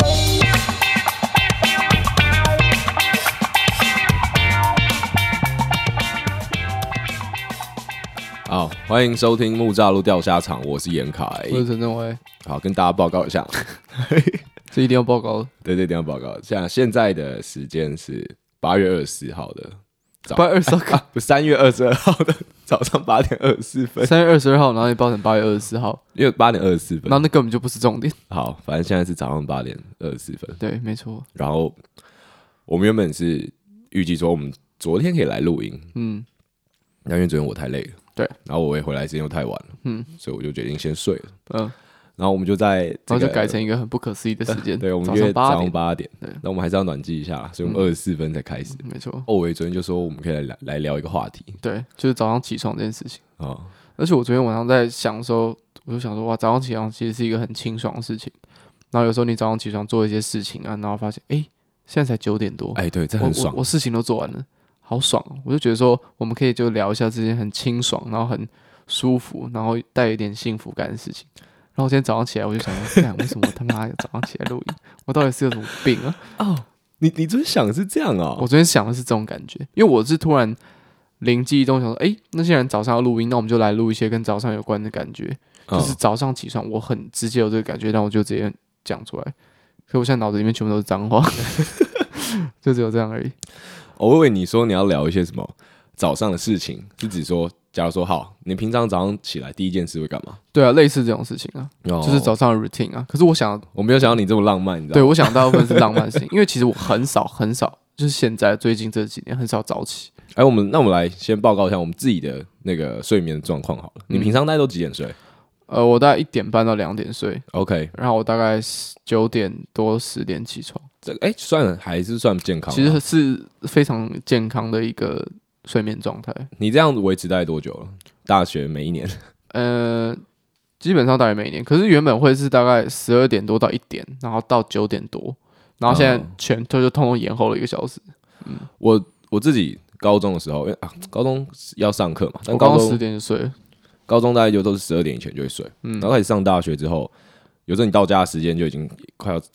好，欢迎收听木栅路钓虾场，我是严凯， 我是陈正威。 好，跟大家报告一下， 这一定要报告。 对，一定要报告。现在的时间是8月24号的 8月22号， 不，3月22号的早上8点24分。 3月22号，然后你报成8月24号， 因为8点24分， 然后那根本就不是重点。 好，反正现在是早上8点24分。 对，没错。 然后我们原本是预计说我们昨天可以来录音，但因为昨天我太累了。 对， 然后我也回来时间又太晚了，所以我就决定先睡了。然后我们就在然后就改成一个很不可思议的时间， 对，我们约早上8点，那我们还是要暖机一下，所以我们24分才开始。 没错。 欧维昨天就说我们可以来聊一个话题， 对，就是早上起床这件事情。 哦， 而且我昨天晚上在想的时候，我就想说，哇，早上起床其实是一个很清爽的事情。然后有时候你早上起床做一些事情啊，然后发现，现在才9点多， 对，这很爽， 我事情都做完了，好爽哦！我就觉得说，我们可以就聊一下这件很清爽，然后很舒服，然后带一点幸福感的事情。然后我今天早上起来，我就想说，干，为什么他妈早上起来录音？我到底是有什么病啊？ 哦，你昨天想的是这样哦？ 我昨天想的是这种感觉，因为我是突然灵机一动，想说，那既然早上要录音，那我们就来录一些跟早上有关的感觉。就是早上起床，我很直接有这个感觉，但我就直接讲出来。所以我现在脑子里面全部都是脏话，就只有这样而已。 我以为你说你要聊一些什么早上的事情，是指说，假如说好，你平常早上起来第一件事会干嘛？ 对啊，类似这种事情啊，就是早上的 routine 啊。可是我没有想到你这么浪漫，你知道吗？ 对，我想大部分是浪漫的事情，因为其实我很少，就是现在最近这几年很少早起。 那我们来先报告一下我们自己的那个睡眠状况好了。你平常大概都几点睡？ 我大概1点半到2点睡 ，OK， 然后我大概9点多10点起床。 还是算健康， 其实是非常健康的一个睡眠状态。 你这样维持大概多久了？大学每一年？ 基本上大概每一年，可是原本会是大概12点多到1点，然后到9点多，然后现在全就通通延后了1个小时。 我自己高中的时候，因为高中要上课嘛，但我高中10点就睡了。 高中大概就都是12点以前就会睡，然后开始上大学之后，有时候你到家的时间就已经快要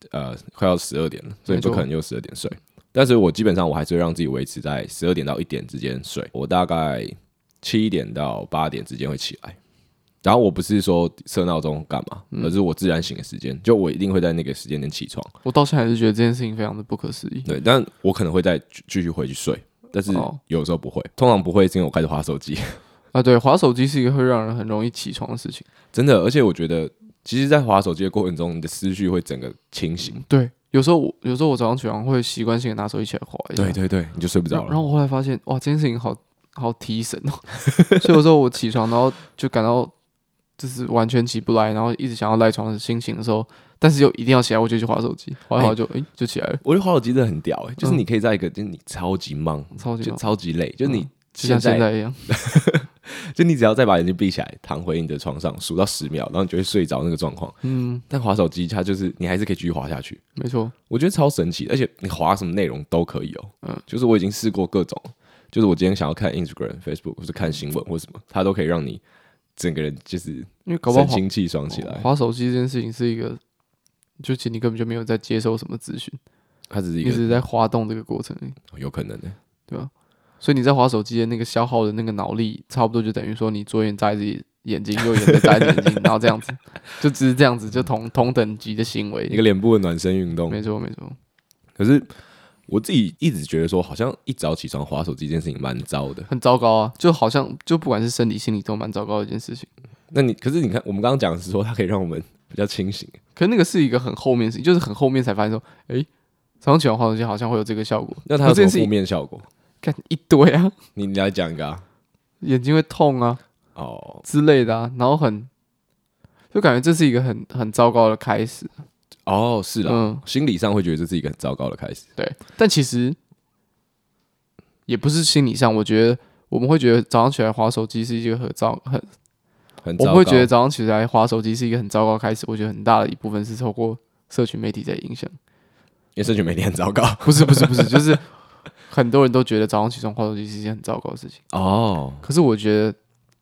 12点了，所以你不可能就12点睡。但是我基本上我还是会让自己维持在12点到1点之间睡。我大概7点到8点之间会起来，然后我不是说设闹钟干嘛，而是我自然醒的时间，就我一定会在那个时间点起床。 我到现在还是觉得这件事情非常的不可思议。 对，但我可能会再继续回去睡，但是有时候不会，通常不会是因为我开始滑手机。 对，滑手机是一个会让人很容易起床的事情， 真的。而且我觉得，其实，在滑手机的过程中，你的思绪会整个清醒。 对，有时候我早上起床会习惯性的拿手机起来滑一下， 对，你就睡不着了。 然后我后来发现，哇，这件事情好提神哦。所以有时候我起床，然后就感到就是完全起不来，然后一直想要赖床的心情的时候，但是又一定要起来，我就去滑手机，滑一滑就起来了。 我觉得滑手机真的很屌就是你可以在一个就是你超级忙，就超级累，就是你就像现在一样。 就你只要再把眼睛闭起来，躺回你的床上，数到10秒，然后你就会睡着那个状况。但滑手机它就是你还是可以继续滑下去。 没错， 我觉得超神奇，而且你滑什么内容都可以就是我已经试过各种，就是我今天想要看 Instagram、Facebook 或是看新闻或什么，它都可以让你整个人就是因为搞不好神清气爽起来。 滑手机这件事情是一个，就其实你根本就没有在接收什么资讯， 它只是一个， 你只是在滑动这个过程而已。 有可能对吧？所以你在滑手机的那个消耗的那个脑力，差不多就等于说你左眼眨自己眼睛，右眼再眨眼睛，然后这样子，就只是这样子，就同等级的行为， 一个脸部的暖身运动。 没错。 可是我自己一直觉得说，好像一早起床滑手机这件事情蛮糟的， 很糟糕啊！就好像就不管是生理心理都蛮糟糕的一件事情。 可是你看，我们刚刚讲的是说它可以让我们比较清醒， 可是那个是一个很后面的事情，就是很后面才发现说，早上起床滑手机好像会有这个效果。 那它有什么负面效果？ 看一堆啊， 你来讲一个眼睛会痛啊，之类的啊，然后就感觉这是一个很糟糕的开始。 是啦，心理上会觉得这是一个很糟糕的开始。 对，但其实也不是心理上，我觉得我们会觉得早上起来滑手机是一个很糟糕。我们会觉得早上起来滑手机是一个很糟糕的开始。我觉得很大的一部分是透过社群媒体在影响， 因为社群媒体很糟糕。 不是，就是很多人都觉得早上起床滑手机是一件很糟糕的事情。 哦， 可是我觉得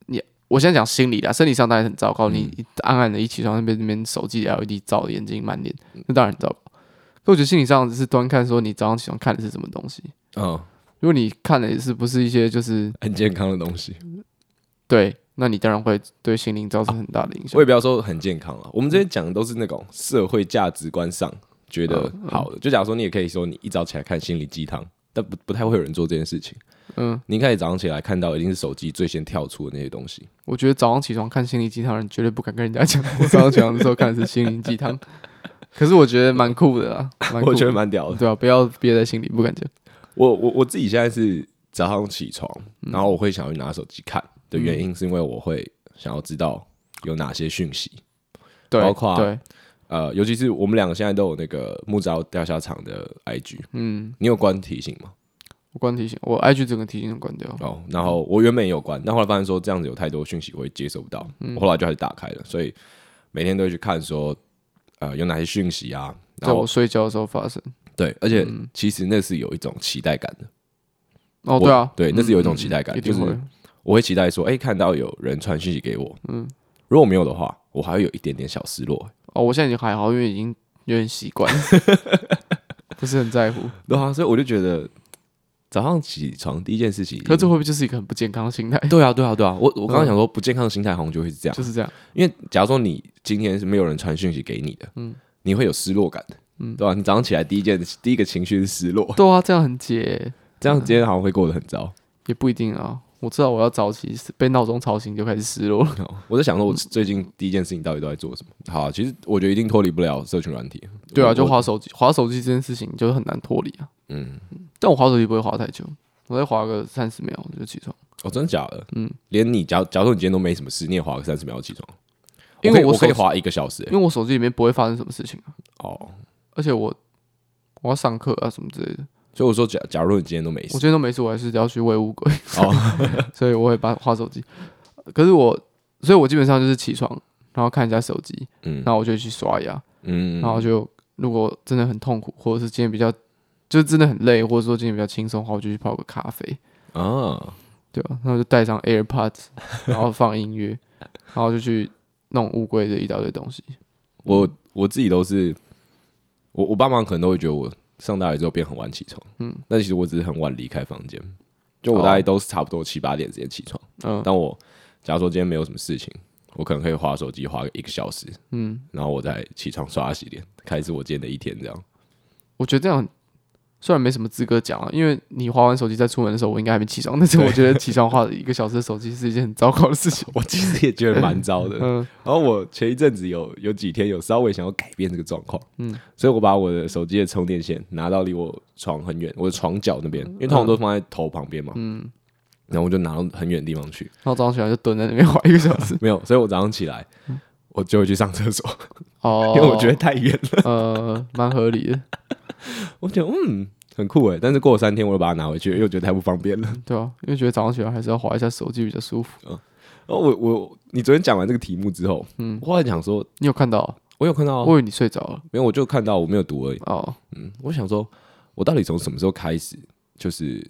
我现在讲心理啦，生理上当然很糟糕。你暗暗的一起床那边手机 LED 照眼睛满脸，那当然很糟糕。可我觉得心理上是端看说你早上起床看的是什么东西。如果你看的也是不是一些就是很健康的东西， 对，那你当然会对心灵造成很大的影响。 我也不要说很健康了，我们这边讲的都是那种社会价值观上觉得好的。就假如说你也可以说你一早起来看心灵鸡汤，但不太会有人做这件事情。你一开始早上起来看到一定是手机最先跳出的那些东西。 我觉得早上起床看心灵鸡汤的人绝对不敢跟人家讲，我早上起床的时候看的是心灵鸡汤。可是我觉得蛮酷的啦， 我觉得蛮屌的， 对啊，不要憋在心里，不敢讲。 我自己现在是早上起床，然后我会想要去拿手机看的原因，是因为我会想要知道有哪些讯息，包括尤其是我们两个现在都有那个木栅钓虾场的 IG，你有关提醒吗？ 我关提醒，我 IG 整个提醒都关掉。 然后我原本也有关，但后来发现说这样子有太多讯息我会接收不到，我后来就还是打开了，所以每天都会去看说有哪些讯息啊， 在我睡觉的时候发生。 对，而且其实那是有一种期待感的。 对啊， 对，那是有一种期待感，就是我会期待说，看到有人传讯息给我，如果没有的话，我还会有一点点小失落。 我现在已经还好，因为已经有点习惯了，不是很在乎。 对啊，所以我就觉得早上起床第一件事情， 可是这会不会就是一个很不健康的心态？ 对啊，我刚刚想说不健康的心态好像就会是这样， 就是这样。 因为假如说你今天是没有人传讯息给你的，你会有失落感的，对吧？你早上起来第一个情绪是失落， 对啊，这样很解， 这样今天好像会过得很糟， 也不一定啊。我知道我要早起，被闹钟吵醒就开始失落了。 我在想说，我最近第一件事情到底都在做什么？好，其实我觉得一定脱离不了社群软体。 对啊，就滑手机，滑手机这件事情就很难脱离啊。但我滑手机不会滑太久，我再滑个30秒就起床。 真的假的？连你假如说你今天都没什么事，你也滑个30秒就起床？ 因为我可以滑1个小时， 因为我手机里面不会发生什么事情啊。 而且我要上课啊什么之类的。 所以我说，假如你今天都没事， 我今天都没事，我还是要去喂乌龟。所以我会滑手机。可是所以我基本上就是起床，然后看一下手机，然后我就去刷牙，然后就如果真的很痛苦，或者是今天比较就是真的很累，或者说今天比较轻松的话，我就去泡个咖啡对吧？然后就带上 AirPods， 然后放音乐，然后就去弄乌龟的一大堆东西。 我自己都是，我爸妈可能都会觉得我上大学之后变很晚起床，但其实我只是很晚离开房间，就我大概都是差不多7、8点之间起床。但我假如说今天没有什么事情，我可能可以滑手机滑个1个小时，然后我再起床刷牙洗脸，开始我今天的一天。这样， 我觉得这样虽然没什么资格讲啊，因为你滑完手机再出门的时候，我应该还没起床，但是我觉得起床滑1个小时的手机是一件很糟糕的事情。 我其实也觉得蛮糟的。然后我前一阵子有几天有稍微想要改变这个状况，所以我把我的手机的充电线拿到离我床很远，我的床角那边，因为通常都放在头旁边嘛，然后我就拿到很远的地方去， 然后早上起来就蹲在那边滑1个小时。 没有，所以我早上起来我就会去上厕所，因为我觉得太远了。 蛮合理的。 我觉得很酷但是过了3天我又把它拿回去，因为觉得太不方便了。 对啊，因为觉得早上起来还是要滑一下手机比较舒服。 然后你昨天讲完这个题目之后，我后来想说， 你有看到？ 我有看到， 我以为你睡着了。 没有，我就看到，我没有读而已。我想说，我到底从什么时候开始，就是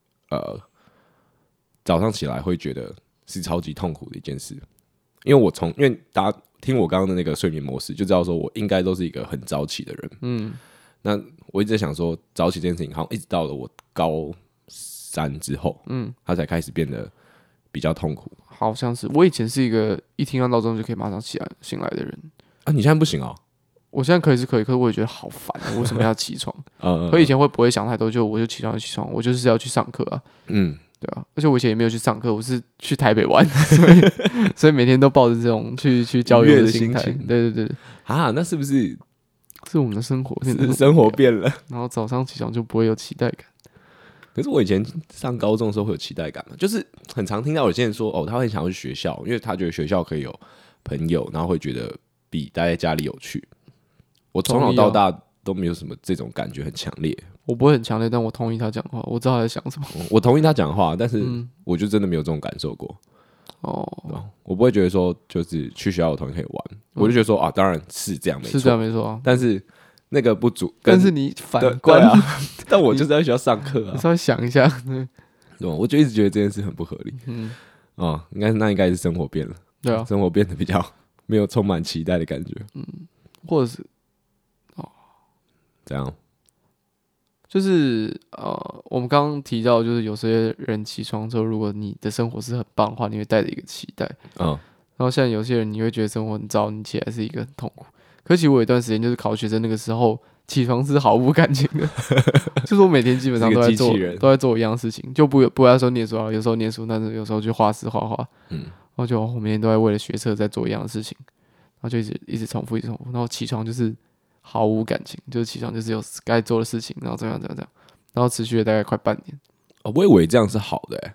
早上起来会觉得是超级痛苦的一件事？因为大家听我刚刚的那个睡眠模式，就知道说我应该都是一个很早起的人。那我一直在想说，早起这件事情，好像一直到了我高3之后，它才开始变得比较痛苦。 好像是我以前是一个一听到闹钟就可以马上醒来的人啊，你现在不行哦？ 我现在可以，可是我也觉得好烦，我为什么要起床？可以前会不会想太多，我就起床就起床，我就是要去上课啊。对啊，而且我以前也没有去上课，我是去台北玩，所以每天都抱着这种去郊游的心态。对那是不是我们的生活？ 生活变了， 然后早上起床就不会有期待感。 可是我以前上高中的时候会有期待感嘛，就是很常听到有些人说，他会想要去学校，因为他觉得学校可以有朋友，然后会觉得比待在家里有趣。我从小到大都没有什么这种感觉很强烈。 我不会很强烈，但我同意他讲话，我知道他在想什么。 我同意他讲话，但是我就真的没有这种感受过。我不会觉得说就是去学校有同学可以玩，我就觉得说当然是这样没错， 是这样没错啊。 但是那个不足， 但是你反观但我就是在学校上课啊， 稍微想一下， 对吧？我就一直觉得这件事很不合理。 哦，应该是生活变了， 对啊， 生活变得比较没有充满期待的感觉， 或者是这样， 就是我们刚刚提到，就是有些人起床之后，如果你的生活是很棒的话，你会带着一个期待。然后像有些人，你会觉得生活很糟，你起来是一个很痛苦。可其实我有一段时间就是考学生那个时候，起床是毫无感情的，就是我每天基本上都在做一样事情，就不要说念书啊，有时候念书，但是有时候就画室画画，然后就我每天都在为了学测在做一样的事情，然后就一直重复，然后起床就是毫无感情，就是起床就是有该做的事情，然后这样，然后持续了大概快半年。 我以为这样是好的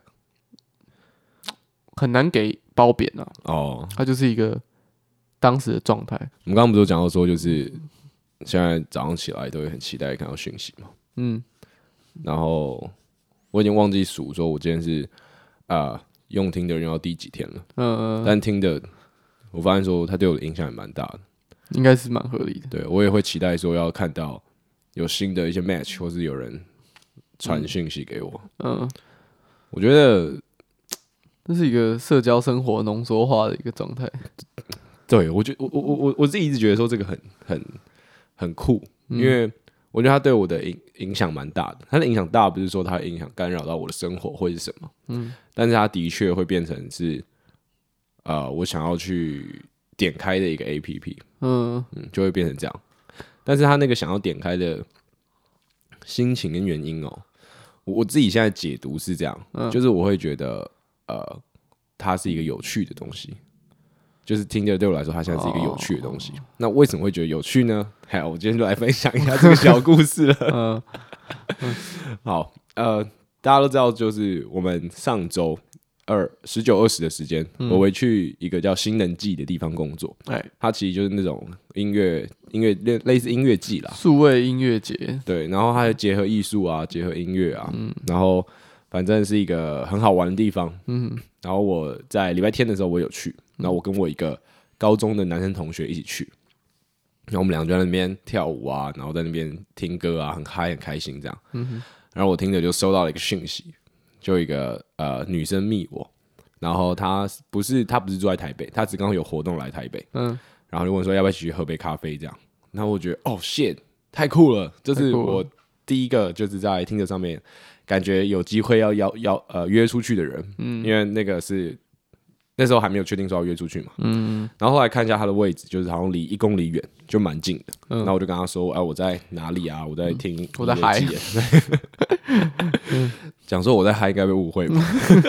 很难给褒贬啊。它就是一个当时的状态。 我们刚刚不是有讲到说，就是现在早上起来都会很期待看到讯息嘛。然后我已经忘记数，说我今天是用听的人要第几天了。但听的我发现说，它对我的影响也蛮大的。 应该是蛮合理的。 对，我也会期待说要看到有新的一些 match， 或是有人传讯息给我。我觉得这是一个社交生活浓缩化的一个状态。 对，我自己一直觉得说这个很酷，因为我觉得它对我的影响蛮大的。它的影响大不是说它影响干扰到我的生活或是什么，但是它的确会变成是我想要去点开的一个 APP， 就会变成这样。但是他那个想要点开的心情跟原因我自己现在解读是这样，就是我会觉得它是一个有趣的东西，就是听着对我来说，它现在是一个有趣的东西。那为什么会觉得有趣呢？我今天就来分享一下这个小故事了。好，大家都知道，就是我们上周19、20的时间，我回去一个叫新能季的地方工作。它其实就是那种音乐类似音乐季啦， 数位音乐节。 对，然后它就结合艺术啊，结合音乐啊，然后反正是一个很好玩的地方。然后我在礼拜天的时候我有去，然后我跟我一个高中的男生同学一起去，然后我们两个就在那边跳舞啊，然后在那边听歌啊，很嗨很开心这样。然后我听着就收到了一个讯息。就一个女生密我，然后她不是住在台北，她只刚好有活动来台北，然后就问说要不要一起去喝杯咖啡这样。然后我觉得shit 太酷了，这是我第一个就是在听着上面感觉有机会要约出去的人，因为那个是那时候还没有确定说要约出去嘛，然后后来看一下他的位置，就是好像离1公里远，就蛮近的。然后我就跟他说，我在哪里啊？我在听， 我在嗨。 讲说我在嗨应该被误会吧。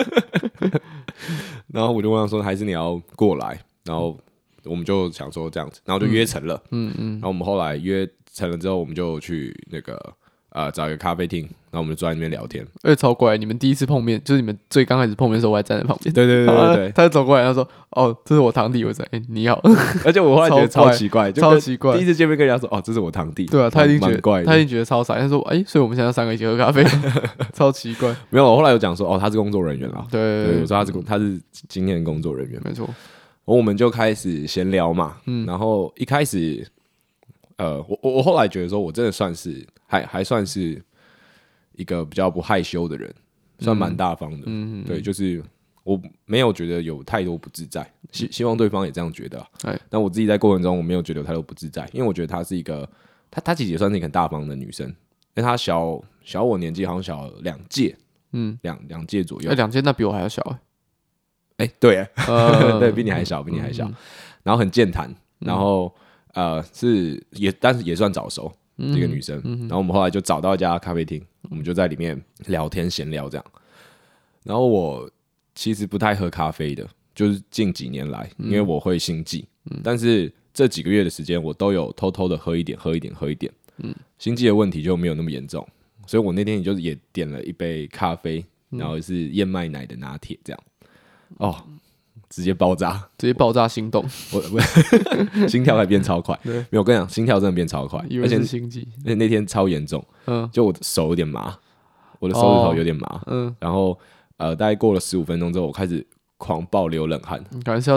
然后我就问他说，还是你要过来？然后我们就想说这样子，然后就约成了。然后我们后来约成了之后，我们就去那个找一个咖啡厅，然后我们就坐在那边聊天。 超怪！你们第一次碰面，就是你们最刚开始碰面的时候，我还站在旁边。 对， 他就走过来，他说：“这是我堂弟。”我说：“你好。” 而且我后来觉得超奇怪， 超奇怪。 第一次见面跟人家说：“这是我堂弟。” 对啊，他一定觉得超傻。他说：“所以我们现在3个一起喝咖啡。”超奇怪。 没有，我后来有讲说：“他是工作人员啦。” 对， 我说他是今天的工作人员， 没错。 我们就开始闲聊嘛，然后一开始，我后来觉得说，我真的算是还算是一个比较不害羞的人，算蛮大方的。对，就是我没有觉得有太多不自在，希望对方也这样觉得。但我自己在过程中，我没有觉得有太多不自在，因为我觉得她是一个，她其实也算是一个很大方的女生，因为她小我年纪好像小2届，两届左右。 2届那比我还要小对，对比你还小，然后很健谈，然后但是也算早熟。一个女生，然后我们后来就找到一家咖啡厅，我们就在里面聊天闲聊这样。然后我其实不太喝咖啡的，就是近几年来，因为我会心悸，但是这几个月的时间，我都有偷偷的喝一点，心悸的问题就没有那么严重，所以我那天也点了一杯咖啡，然后是燕麦奶的拿铁这样。直接爆炸心动， 我心跳还变超快。没有，我跟你讲，心跳真的变超快， 而且心悸， 而且那天超严重。就我的手有点麻，我的手指头有点麻。然后大概过了15分钟之后，我开始狂暴流冷汗， 感觉是要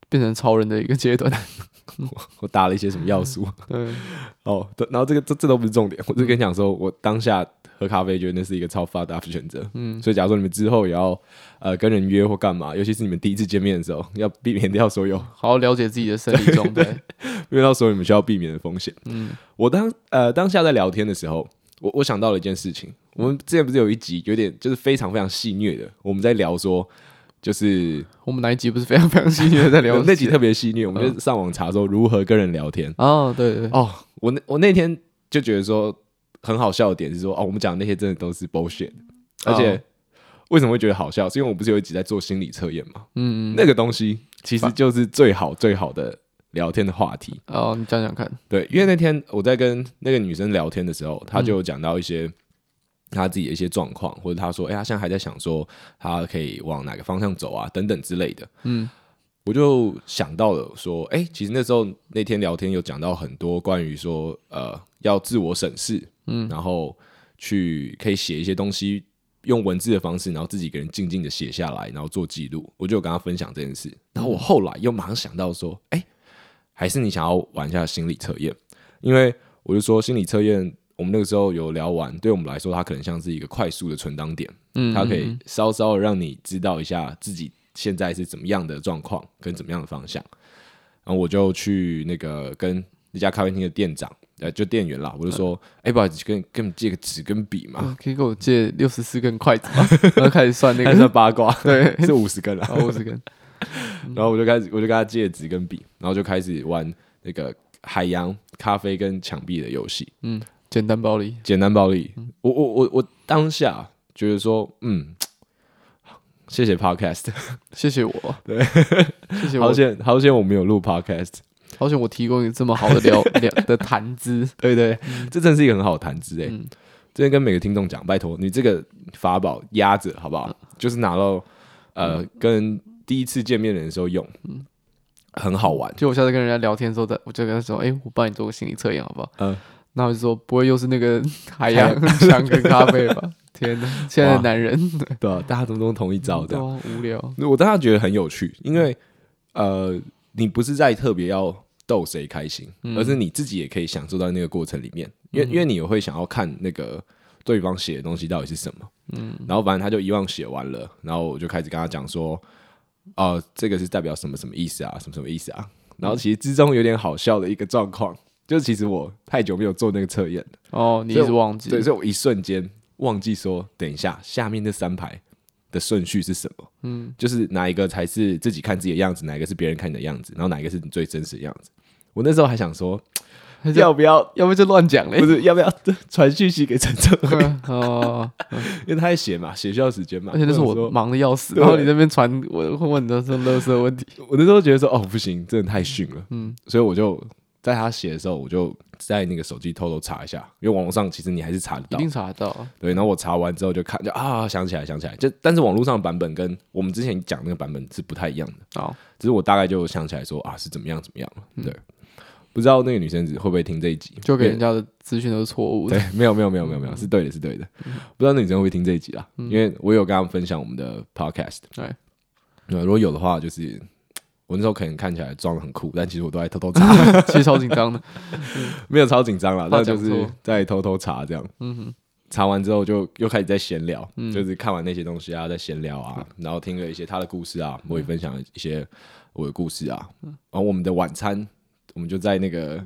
变成超人的一个阶段。 我打了一些什么要素？ 对， 然后这都不是重点，我就跟你讲说，我当下喝咖啡觉得那是一个超fucked up的选择。所以假如说你们之后也要跟人约或干嘛，尤其是你们第一次见面的时候，要避免掉所有好好了解自己的生理状态， 避免到所有你们需要避免的风险。我当下在聊天的时候，我想到了一件事情，我们之前不是有一集有点就是非常非常戏谑的，我们在聊说。就是我们哪一集不是非常非常戏谑的在聊？ 那集特别戏谑，我们就上网查说如何跟人聊天。 对我那天就觉得说很好笑的点是说，我们讲的那些真的都是 bullshit，而且为什么会觉得好笑？是因为我不是有一集在做心理测验嘛？那个东西其实就是最好的聊天的话题。 你讲讲看。 对，因为那天我在跟那个女生聊天的时候，她就有讲到一些。他自己的一些状况，或者他说，他现在还在想说，他可以往哪个方向走啊，等等之类的。我就想到了说，其实那天聊天有讲到很多关于说，要自我审视，然后可以写一些东西，用文字的方式，然后自己一个人静静的写下来，然后做记录。我就有跟他分享这件事，然后我后来又马上想到说，还是你想要玩一下心理测验，因为我就说心理测验。我们那个时候有聊完，对我们来说，它可能像是一个快速的存档点，它可以稍稍的让你知道一下自己现在是怎么样的状况跟怎么样的方向。然后我就去那个跟那家咖啡厅的店长，就店员啦，我就说，不好意思，跟你借个纸跟笔嘛， 可以给我借64根筷子吗？然后开始算那个， 开始算八卦， 对， 是50根啦 ，50根。 然后我就跟他借纸跟笔，然后就开始玩那个海洋咖啡跟墙壁的游戏， 简单暴力， 我当下觉得说，谢谢 podcast， 谢谢我， 对， 谢谢我， 好险我没有录 podcast， 好险我提供你这么好的的谈资， 对，这真是一个很好的谈资这边跟每个听众讲，拜托你这个法宝压着好不好？就是拿到跟第一次见面的人的时候用，很好玩。 就我下次跟人家聊天的时候，我就跟他说，我帮你做个心理测验好不好？然后就说不会又是那个海洋香跟咖啡吧？天哪，现在的男人对啊，大家都同一招，这样无聊。 我当时觉得很有趣，因为你不是在特别要逗谁开心，而是你自己也可以享受到那个过程里面，因为你也会想要看那个对方写的东西到底是什么。然后反正他就遗忘写完了，然后我就开始跟他讲说，这个是代表什么什么意思啊，什么意思啊？然后其实之中有点好笑的一个状况。就是其实我太久没有做那个测验了， 你一直忘记， 对，所以我一瞬间忘记说，等一下下面那3排的顺序是什么？就是哪一个才是自己看自己的样子，哪一个是别人看你的样子，然后哪一个是你最真实的样子。我那时候还想说，要不要就乱讲嘞？不是，要不要传讯息给陈正辉？因为他在写嘛，写需要时间嘛， 而且那是我忙的要死，然后你那边传，我会问你的这种垃圾问题。 我那时候觉得说，不行，真的太逊了。所以我就。在他写的时候，我就在那个手机偷偷查一下，因为网络上其实你还是查得到， 一定查得到。 对，然后我查完之后就看，想起来，但是网络上的版本跟我们之前讲那个版本是不太一样的。只是我大概就想起来说是怎么样。对，不知道那个女生子会不会听这一集， 就给人家的资讯都是错误的。 对，没有，是对的，是对的。不知道那女生会不会听这一集啦？因为我有跟他们分享我们的 podcast。对，如果有的话，就是。我那时候可能看起来装得很酷，但其实我都在偷偷查， 其实超紧张的， 没有超紧张啦，但就是在偷偷查这样。查完之后就又开始在闲聊，就是看完那些东西啊，在闲聊啊，然后听了一些他的故事啊，我也分享了一些我的故事啊。然后我们的晚餐，我们就在那个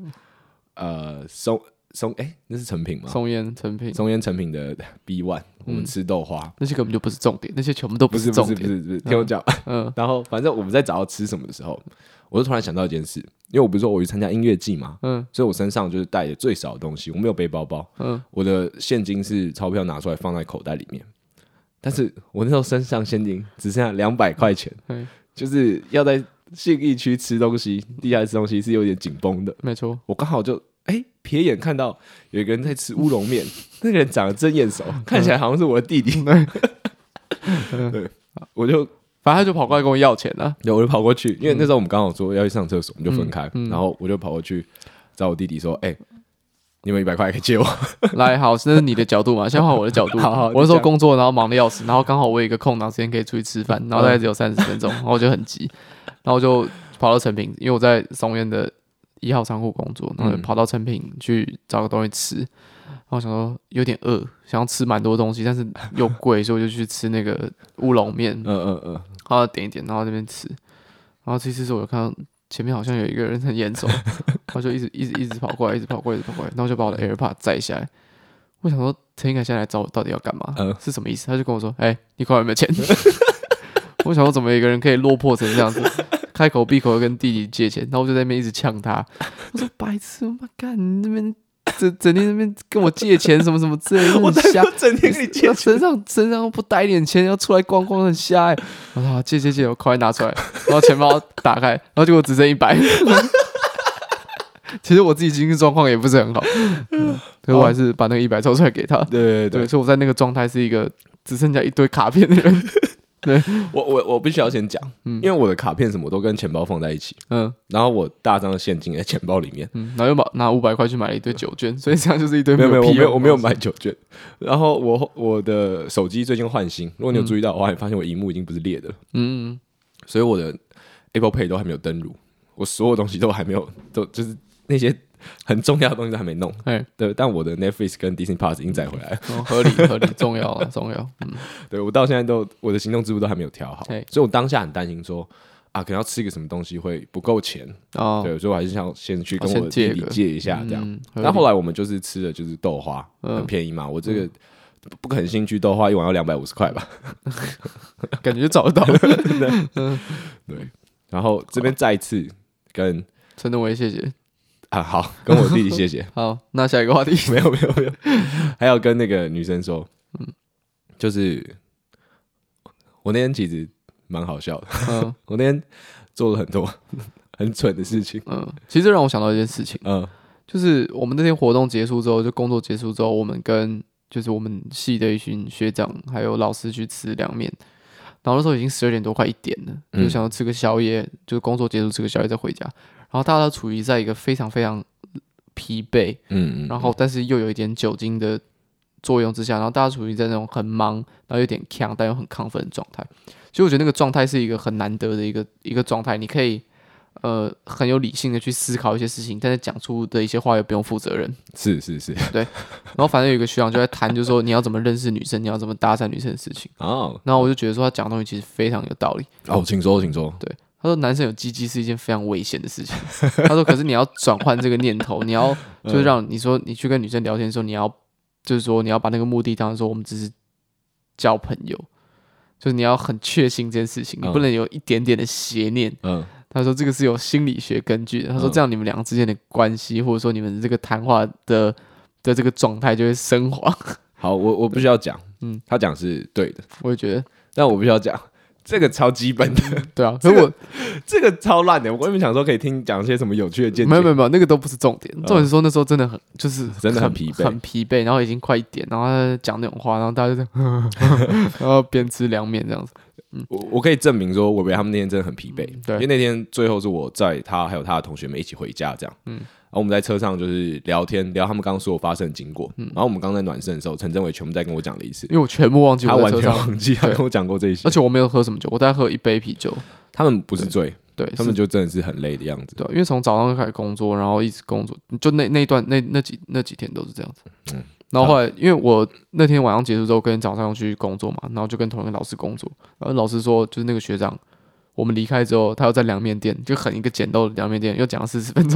那是成品吗？ 松烟成品的 B1，我们吃豆花， 那些根本就不是重点，那些全部都不是重点。 不是，听我讲。然后反正我们在找到吃什么的时候，我就突然想到一件事，因为我不是说我去参加音乐季嘛，所以我身上就是带的最少的东西，我没有背包包，我的现金是钞票拿出来放在口袋里面，但是我那时候身上现金只剩下200块钱，就是要在信义区吃东西，地下吃东西是有点紧绷的。 没错， 我刚好就瞥眼看到有一个人在吃乌龙面，那个人长得真眼熟，看起来好像是我的弟弟。对，我就反正他就跑过来跟我要钱了。 对，我就跑过去，因为那时候我们刚好说要去上厕所，我们就分开，然后我就跑过去找我弟弟说：“你们100块可以借我。” 来，好，这是你的角度嘛？现在换我的角度。好，我那时候工作，然后忙得要死，然后刚好我有一个空档时间可以出去吃饭，然后大概只有30分钟，然后我就很急，然后我就跑到成品，因为我在松原的1号仓库工作，然后就跑到成品去找个东西吃，然后想说有点饿，想要吃蛮多东西，但是又贵，所以我就去吃那个乌龙面，然后点一点，然后这边吃，然后吃的时候我就看到前面好像有一个人很眼熟，然后就一直跑过来，然后就把我的 AirPod 摘下来。我想说，陈应该现在来找我到底要干嘛？是什么意思？他就跟我说：“你口袋有没有钱？”我想说，怎么有一个人可以落魄成这样子，开口闭口跟弟弟借钱？然后我就在那边一直呛他，我说：“白痴，我干你那边整天那边跟我借钱什么什么之类的，很瞎。 整天跟你借钱，身上不带一点钱，要出来逛逛，很瞎哎。”我说：“借，我快拿出来。”然后钱包打开，然后结果只剩100。其实我自己经济状况也不是很好，可是我还是把那个100抽出来给他。对，所以我在那个状态是一个只剩下一堆卡片的人。对， 我必须要先讲，因为我的卡片什么都跟钱包放在一起，然后我大张的现金在钱包里面， 然后又拿500块去买了一堆酒券，所以这样就是一堆没有我没有买酒券。然后我的手机最近换新，如果你有注意到的话，你发现我荧幕已经不是裂的，所以我的 Apple Pay 都还没有登录，我所有东西都还没有，就是那些很重要的东西都还没弄，对，但我的 Netflix 跟 Disney Plus 已经载回来了， 合理，重要， 对，我到现在我的行动支付都还没有调好，所以我当下很担心说可能要吃一个什么东西会不够钱，对，所以我还是想先去跟我的弟弟借一下这样。但后来我们就是吃的就是豆花，很便宜嘛，我这个不肯兴趣豆花一碗要250块吧， 感觉找得到， 对，然后这边再一次跟陈德维谢谢。 好，跟我弟弟谢谢。 好，那下一个话题没有，还要跟那个女生说，就是我那天其实蛮好笑的，我那天做了很多很蠢的事情， 其实让我想到一件事情，就是我们那天活动结束之后，就工作结束之后，我们跟就是我们系的一群学长还有老师去吃凉面，然后那时候已经12点多快1点了，就想要吃个宵夜，就是工作结束吃个宵夜再回家。然后大家都处于在一个非常非常疲惫，然后但是又有一点酒精的作用之下，然后大家处于在那种很忙，然后有点呛但又很亢奋的状态。所以我觉得那个状态是一个很难得的一个状态，你可以很有理性的去思考一些事情，但是讲出的一些话又不用负责任。 是， 对。然后反正有一个学长就在谈，就是说你要怎么认识女生，你要怎么搭讪女生的事情。然后我就觉得说他讲的东西其实非常有道理。 请说。对。 他说：“男生有鸡鸡是一件非常危险的事情。”他说：“可是你要转换这个念头，你要就是让你说你去跟女生聊天的时候，你要就是说你要把那个目的当成说我们只是交朋友，就是你要很确信这件事情，你不能有一点点的邪念。”他说：“这个是有心理学根据的。”他说：“这样你们两个之间的关系，或者说你们这个谈话的这个状态就会升华。” 好，我必须要讲，他讲是对的， 我也觉得， 但我必须要讲。这个超基本的， 对啊，可是这个超烂的。我原本想说可以讲一些什么有趣的见解， 没有，那个都不是重点。重点是说那时候真的很就是真的很疲惫，然后已经快1点，然后他讲那种话，然后大家就然后边吃凉面这样子。 我可以证明说，我以为他们那天真的很疲惫， 对， 因为那天最后是我载他还有他的同学们一起回家这样，然后我们在车上就是聊天，聊他们刚刚所有发生的经过。然后我们刚在暖身的时候，陈政伟全部再跟我讲了一次， 因为我全部忘记， 他完全忘记他跟我讲过这些， 而且我没有喝什么酒，我大概喝1杯啤酒。 他们不是醉， 对， 他们就真的是很累的样子。 对，因为从早上就开始工作，然后一直工作，就那几天都是这样子。然后后来，因为我那天晚上结束之后，跟早上要去工作嘛，然后就跟同一个老师工作，然后老师说，就是那个学长。我们离开之后，他又在凉面店，就很一个简陋的凉面店，又讲了40分钟。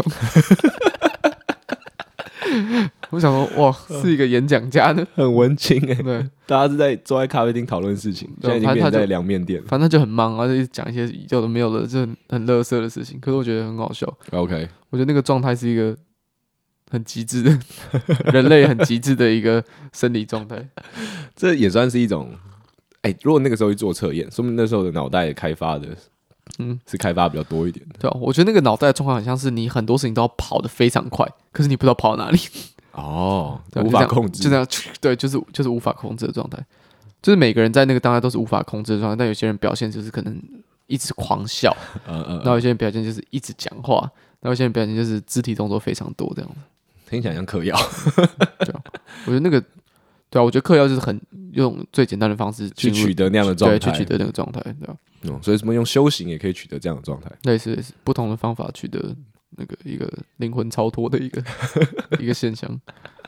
我想说，哇，是一个演讲家呢， 很文青哎。 对， 大家是在坐在咖啡厅讨论事情，现在已经变成在凉面店。 反正他就很忙，然后就讲一些有的没有的，就很垃圾的事情。可是我觉得很好笑。 OK， 我觉得那个状态是一个很极致的人类很极致的一个生理状态。 这也算是一种。如果那个时候去做测验，说明那时候的脑袋开发的，是开发比较多一点的。 对啊，我觉得那个脑袋的状况很像是你很多事情都要跑得非常快，可是你不知道跑到哪里。 无法控制， 就这样，对，就是无法控制的状态。就是每个人在那个当下都是无法控制的状态，但有些人表现就是可能一直狂笑，然后有些人表现就是一直讲话，然后有些人表现就是肢体动作非常多这样子。 听起来像嗑药。 对啊，我觉得那个对啊，我觉得嗑药就是很用最简单的方式去取得那样的状态， 对，去取得那个状态，对吧？ 所以什么用修行也可以取得这样的状态， 类似不同的方法取得那个一个灵魂超脱的一个现象。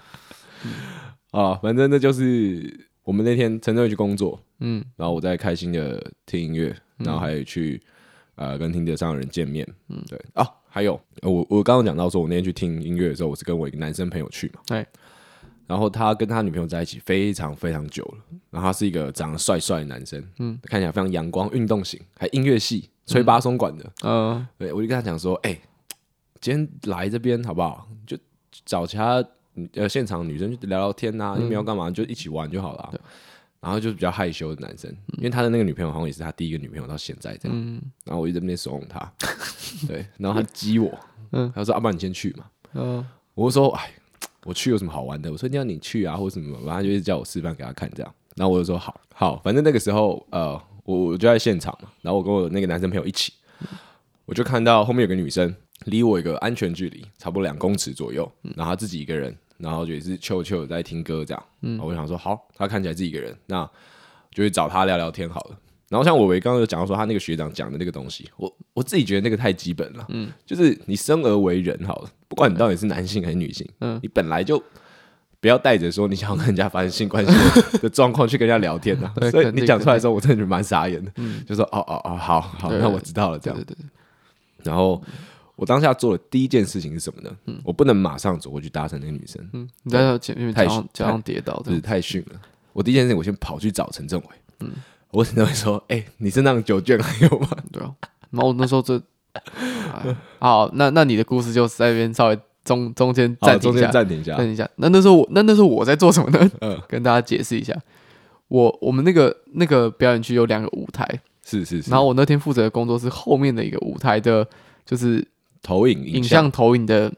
反正那就是我们那天陈正伟去工作，然后我在开心的听音乐，然后还有去跟听得上的人见面，对啊，还有我刚刚讲到说，我那天去听音乐的时候，我是跟我一个男生朋友去嘛，然后他跟他女朋友在一起非常非常久了，然后他是一个长得帅帅的男生，看起来非常阳光、运动型，还音乐系，吹巴松管的，对，我就跟他讲说，今天来这边好不好？就找其他现场女生去聊聊天啊，又没有干嘛，就一起玩就好了。然后就是比较害羞的男生，因为他的那个女朋友好像也是他第一个女朋友到现在这样，然后我就在那边怂恿他，对，然后他激我，他说：“要不然你先去嘛。”我就说：“我去有什么好玩的？”我说：“一定要你去啊，或什么。”然后他就一直叫我示范给他看这样，然后我就说：“好，反正那个时候我就在现场嘛，然后我跟我那个男生朋友一起，我就看到后面有个女生离我一个安全距离，差不多2公尺左右，然后他自己一个人。”然后也是秋在听歌这样，我就想说好，他看起来自己一个人，那就去找他聊聊天好了。然后像我刚刚有讲到说他那个学长讲的那个东西，我自己觉得那个太基本了，就是你生而为人好了，不管你到底是男性还是女性，你本来就不要带着说你想要跟人家发生性关系的状况去跟人家聊天啊。所以你讲出来的时候，我真的觉得蛮傻眼的，就说好，那我知道了这样。对，然后。我当下做的第一件事情是什么呢？我不能马上走过去搭讪那个女生。 你在前面脚上跌倒， 就是太逊了。我第一件事情，我先跑去找陈政伟。我陈政伟说：“你身上酒券还有吗？” 对啊。然后我那时候好，那你的故事就在这边稍微中间暂停一下。那时候我在做什么呢？跟大家解释一下。我们那个表演区有2个舞台， 是。 然后我那天负责的工作是后面的一个舞台的，就是影像投影的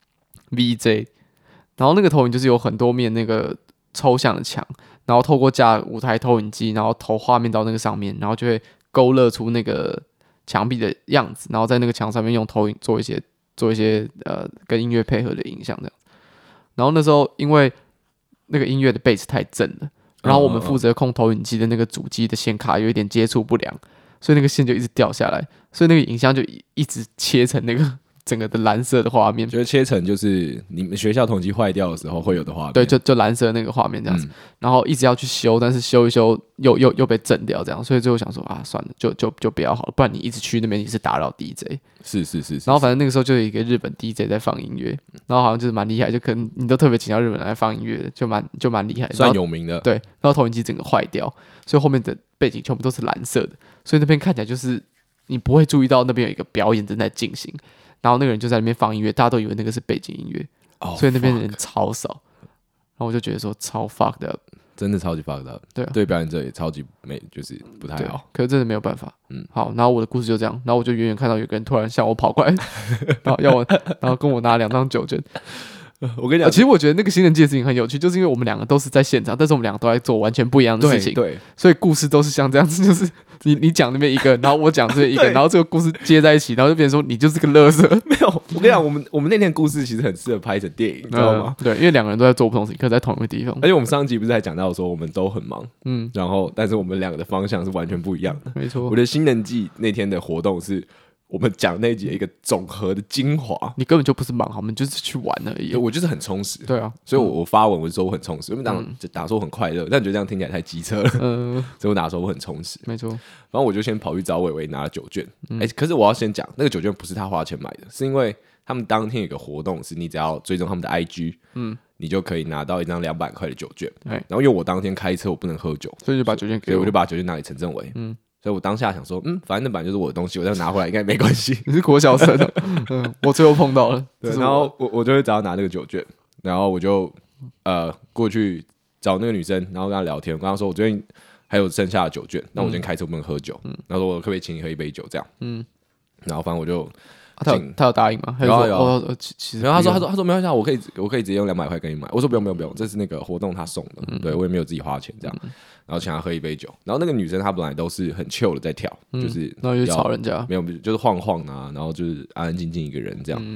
VJ， 然后那个投影就是有很多面那个抽象的墙，然后透过架舞台投影机，然后投画面到那个上面，然后就会勾勒出那个墙壁的样子，然后在那个墙上面用投影做一些跟音乐配合的影像这样。然后那时候因为那个音乐的贝斯太正了，然后我们负责控投影机的那个主机的显卡有一点接触不良，所以那个线就一直掉下来，所以那个影像就一直切成那个整个的蓝色的画面， 就是切成就是你们学校统计坏掉的时候会有的画面， 对，就蓝色的那个画面这样子，然后一直要去修，但是修一修又被震掉这样，所以最后想说算了，就不要好了，不然你一直去那边你是打扰 DJ， 是， 然后反正那个时候就有一个日本 DJ 在放音乐，然后好像就是蛮厉害，就可能你都特别请到日本人来放音乐的，就蛮厉害， 算有名的， 对，然后投影机整个坏掉，所以后面的背景全部都是蓝色的，所以那边看起来就是你不会注意到那边有一个表演正在进行。然后那个人就在那边放音乐，大家都以为那个是背景音乐，所以那边的人超少。然后我就觉得说超 fucked up， 真的超级 fucked up， 对啊， 对表演者也超级就是不太好。 可是真的没有办法，好，然后我的故事就这样，然后我就远远看到有个人突然向我跑过来，然后跟我拿2张酒券。 我跟你讲， 其实我觉得那个新人季的事情很有趣，就是因为我们2个都是在现场，但是我们2个都在做完全不一样的事情， 对， 所以故事都是像这样子，就是你讲那边一个，然后我讲这边一个，然后这个故事接在一起，然后就变成说你就是个垃圾。 没有，我跟你讲，我们那天的故事其实很适合拍成电影，你知道吗？ 对，因为2个人都在做不同事情，可是在同一个地方。 而且我们上集不是还讲到说我们都很忙，然后但是我们2个的方向是完全不一样的。 没错， 我的新人季那天的活动是我们讲那一集的一个总和的精华。 你根本就不是忙，我们就是去玩而已。 我就是很充实。 对啊， 所以我发文我就说我很充实，因为打说我很快乐，但觉得这样听起来太机车了。所以我打说我很充实。 没错。 然后我就先跑去找伟伟拿了酒券。可是我要先讲，那个酒券不是他花钱买的，是因为他们当天有个活动，是你只要追踪他们的 IG，你就可以拿到一张200块的酒券。然后因为我当天开车，我不能喝酒， 所以就把酒券给我， 我就把酒券拿给陈政伟。所以我当下想说，反正那本来就是我的东西，我再拿回来应该没关系。 你是国小生的，我最后碰到了。 对，然后我就会找他拿那个酒券，然后我就过去找那个女生，然后跟她聊天，我跟她说我最近还有剩下的酒券，那我今天开车不能喝酒，然后说我可不可以请你喝一杯酒这样，然后反正我就。 他有答应吗？ 有。 其实然后他说没关系，我可以直接用200块跟你买。我说不用，这是那个活动他送的，对我也没有自己花钱这样。然后请他喝一杯酒。然后那个女生她本来都是很 chill 的在跳，就是然后就吵人家， 没有就是晃晃啊，然后就是安安静静一个人这样。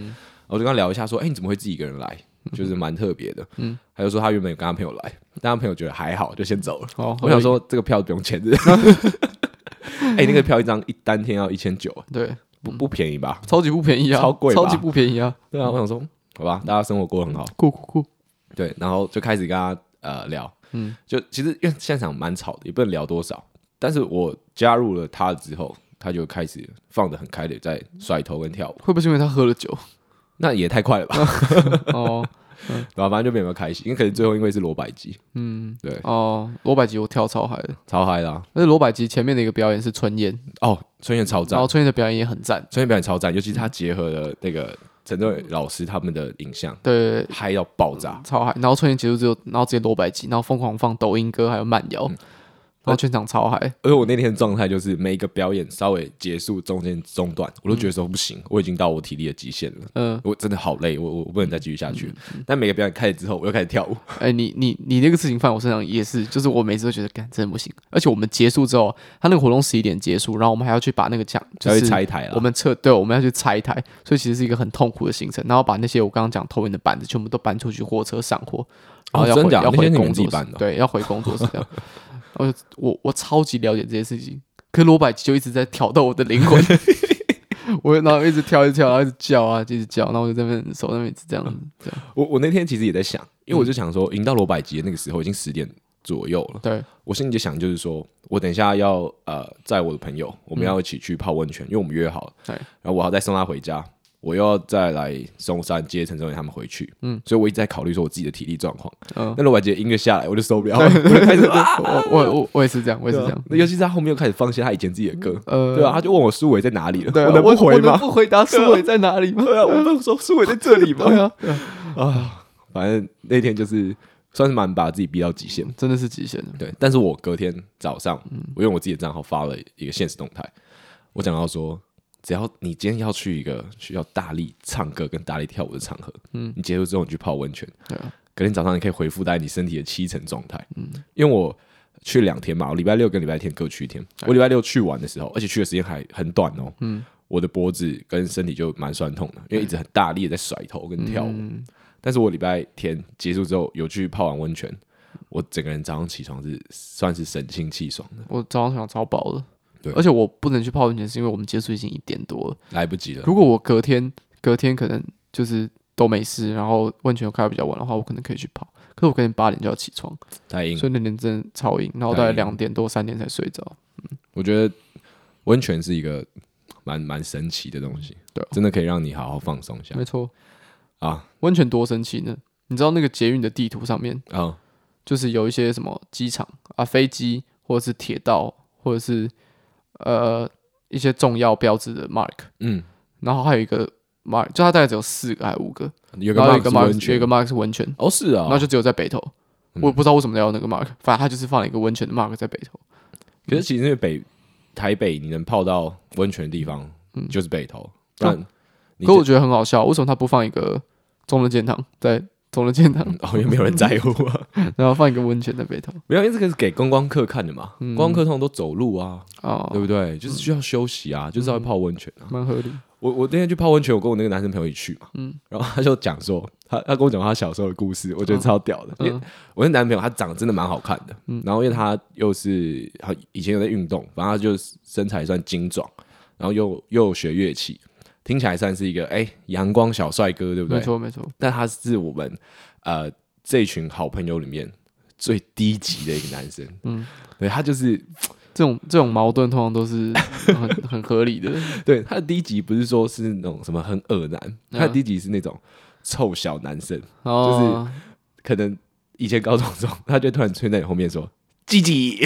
我就跟他聊一下说，你怎么会自己一个人来？就是蛮特别的。他就说他原本有跟他朋友来，但他朋友觉得还好，就先走了。我想说这个票不用钱的。那个票一单天要1900， 对， 不便宜吧？ 超级不便宜啊， 超贵， 超级不便宜啊。 对啊，我想说，好吧，大家生活过得很好， 酷。 对，然后就开始跟他聊，就其实因为现场蛮吵的，也不能聊多少。但是我加入了他之后，他就开始放得很开的在甩头跟跳舞。 会不会是因为他喝了酒？ 那也太快了吧？ 哦， 对吧？反正就没有开心，因为可能最后因为是罗百吉，对。 罗百吉我跳超嗨的， 超嗨的。 而且罗百吉前面的一个表演是春燕， 春燕超赞， 然后春燕的表演也很赞， 春燕表演超赞，尤其是他结合了那个陈宗伟老师他们的影像， 对， 嗨到爆炸， 超嗨。然后春燕结束之后，然后直接罗百吉，然后疯狂放抖音歌还有慢摇。然后全场超嗨， 而我那天状态就是每一个表演稍微结束中间中断，我都觉得说不行，我已经到我体力的极限了，我真的好累，我不能再继续下去。但每个表演开始之后，我又开始跳舞。 你那个事情放在我身上也是，就是我每次都觉得干真的不行。而且我们结束之后，他那个活动11点结束，然后我们还要去把那个奖就是拆台了， 我们要去拆台，所以其实是一个很痛苦的行程。然后把那些我刚刚讲投影的板子全部都搬出去货车上货，然后要回工作室，对，要回工作室这样。我超级了解这些事情，可是罗百吉就一直在挑逗我的灵魂，然后一直跳，然后一直叫啊，一直叫，然后我就在那边手那边一直这样子。 我那天其实也在想，因为我就想说，赢到罗百吉的那个时候已经10点左右了， 对， 我心里就想就是说，我等一下要载我的朋友，我们要一起去泡温泉，因为我们约好了， 对， 然后我要再送他回家。我又要再来松山接陈宗伟他们回去，所以我一直在考虑说我自己的体力状况。那罗百吉的音乐下来，我就受不了了，我就开始我也是这样，我也是这样。 尤其是他后面又开始放一些他以前自己的歌，对吧？他就问我苏伟在哪里了， 我能不回吗？ 我能不回答苏伟在哪里吗？ 对啊，我不能说苏伟在这里吗？对啊，反正那天就是算是蛮把自己逼到极限， 真的是极限的。 对，但是我隔天早上，我用我自己的账号发了一个限时动态，我讲到说。只要你今天要去一个需要大力唱歌跟大力跳舞的场合，你结束之后你去泡温泉，隔天早上你可以恢复在你身体的70%状态。因为我去2天嘛，我礼拜六跟礼拜天各去1天。我礼拜六去玩的时候，而且去的时间还很短哦，我的脖子跟身体就蛮酸痛的，因为一直很大力的在甩头跟跳舞。但是我礼拜天结束之后有去泡完温泉，我整个人早上起床是算是神清气爽的。 我早上起床超饱的。而且我不能去泡温泉，是因为我们结束已经1点多了， 来不及了。 如果我隔天可能就是都没事，然后温泉开得比较晚的话，我可能可以去泡。可是我隔天8点就要起床， 太硬， 所以那天真的超硬，然后大概2点多3点才睡着。 我觉得温泉是一个蛮神奇的东西，对，真的可以让你好好放松一下。 没错啊， 温泉多神奇呢？你知道那个捷运的地图上面就是有一些什么机场啊、飞机或者是铁道或者是一些重要标志的 mark，然后还有一个 mark， 就它大概只有4个还是5个， 有一个 mark 是温泉， 是啊， 然后就只有在北投，我不知道为什么要那个 mark， 反正它就是放了一个温泉的 mark 在北投。 可是其实因为台北你能泡到温泉的地方就是北投，但可我觉得很好笑，为什么他不放一个中正纪念堂在中正纪念堂？ 因为没有人在乎啊。 然后放一个温泉在北投， 没有，因为这个是给观光客看的嘛。观光客通常都走路啊，对不对？就是需要休息啊，就是要泡温泉啊， 蛮合理。 我那天去泡温泉，我跟我那个男生朋友一起去嘛，然后他就讲说，他跟我讲他小时候的故事，我觉得超屌的。因为我那男朋友他长得真的蛮好看的，然后因为他又是他以前有在运动，反正他就身材算精壮，然后又学乐器，听起来算是一个阳光小帅哥，对不对？ 没错没错。 但他是我们这群好朋友里面最低级的一个男生，对，他就是这种矛盾通常都是很合理的。 对，他的低级不是说是那种什么很恶男，他的低级是那种臭小男生，就是可能以前高中中，他就突然出现在你后面说鸡鸡，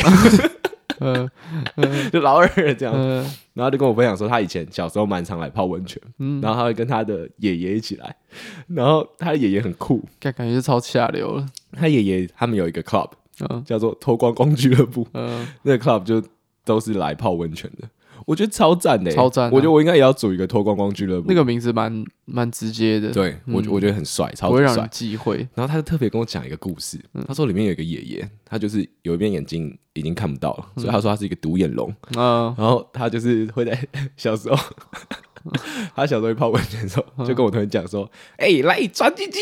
就老二这样，然后就跟我分享说他以前小时候蛮常来泡温泉，然后他会跟他的爷爷一起来，然后他的爷爷很酷， 感觉是超下流了。 他爷爷他们有一个 club，叫做脱光光俱乐部，那个 club 就都是来泡温泉的，我觉得超赞的， 超赞。 我觉得我应该也要组一个脱光光俱乐部， 那个名字蛮直接的， 对我觉得很帅，超不会让人忌讳。 然后他就特别跟我讲一个故事，他说里面有一个爷爷，他就是有一边眼睛已经看不到了，所以他说他是一个独眼龙，然后他就是会在小时候他小时候会泡温泉的时候，就跟我同学讲说：“来转鸡鸡。”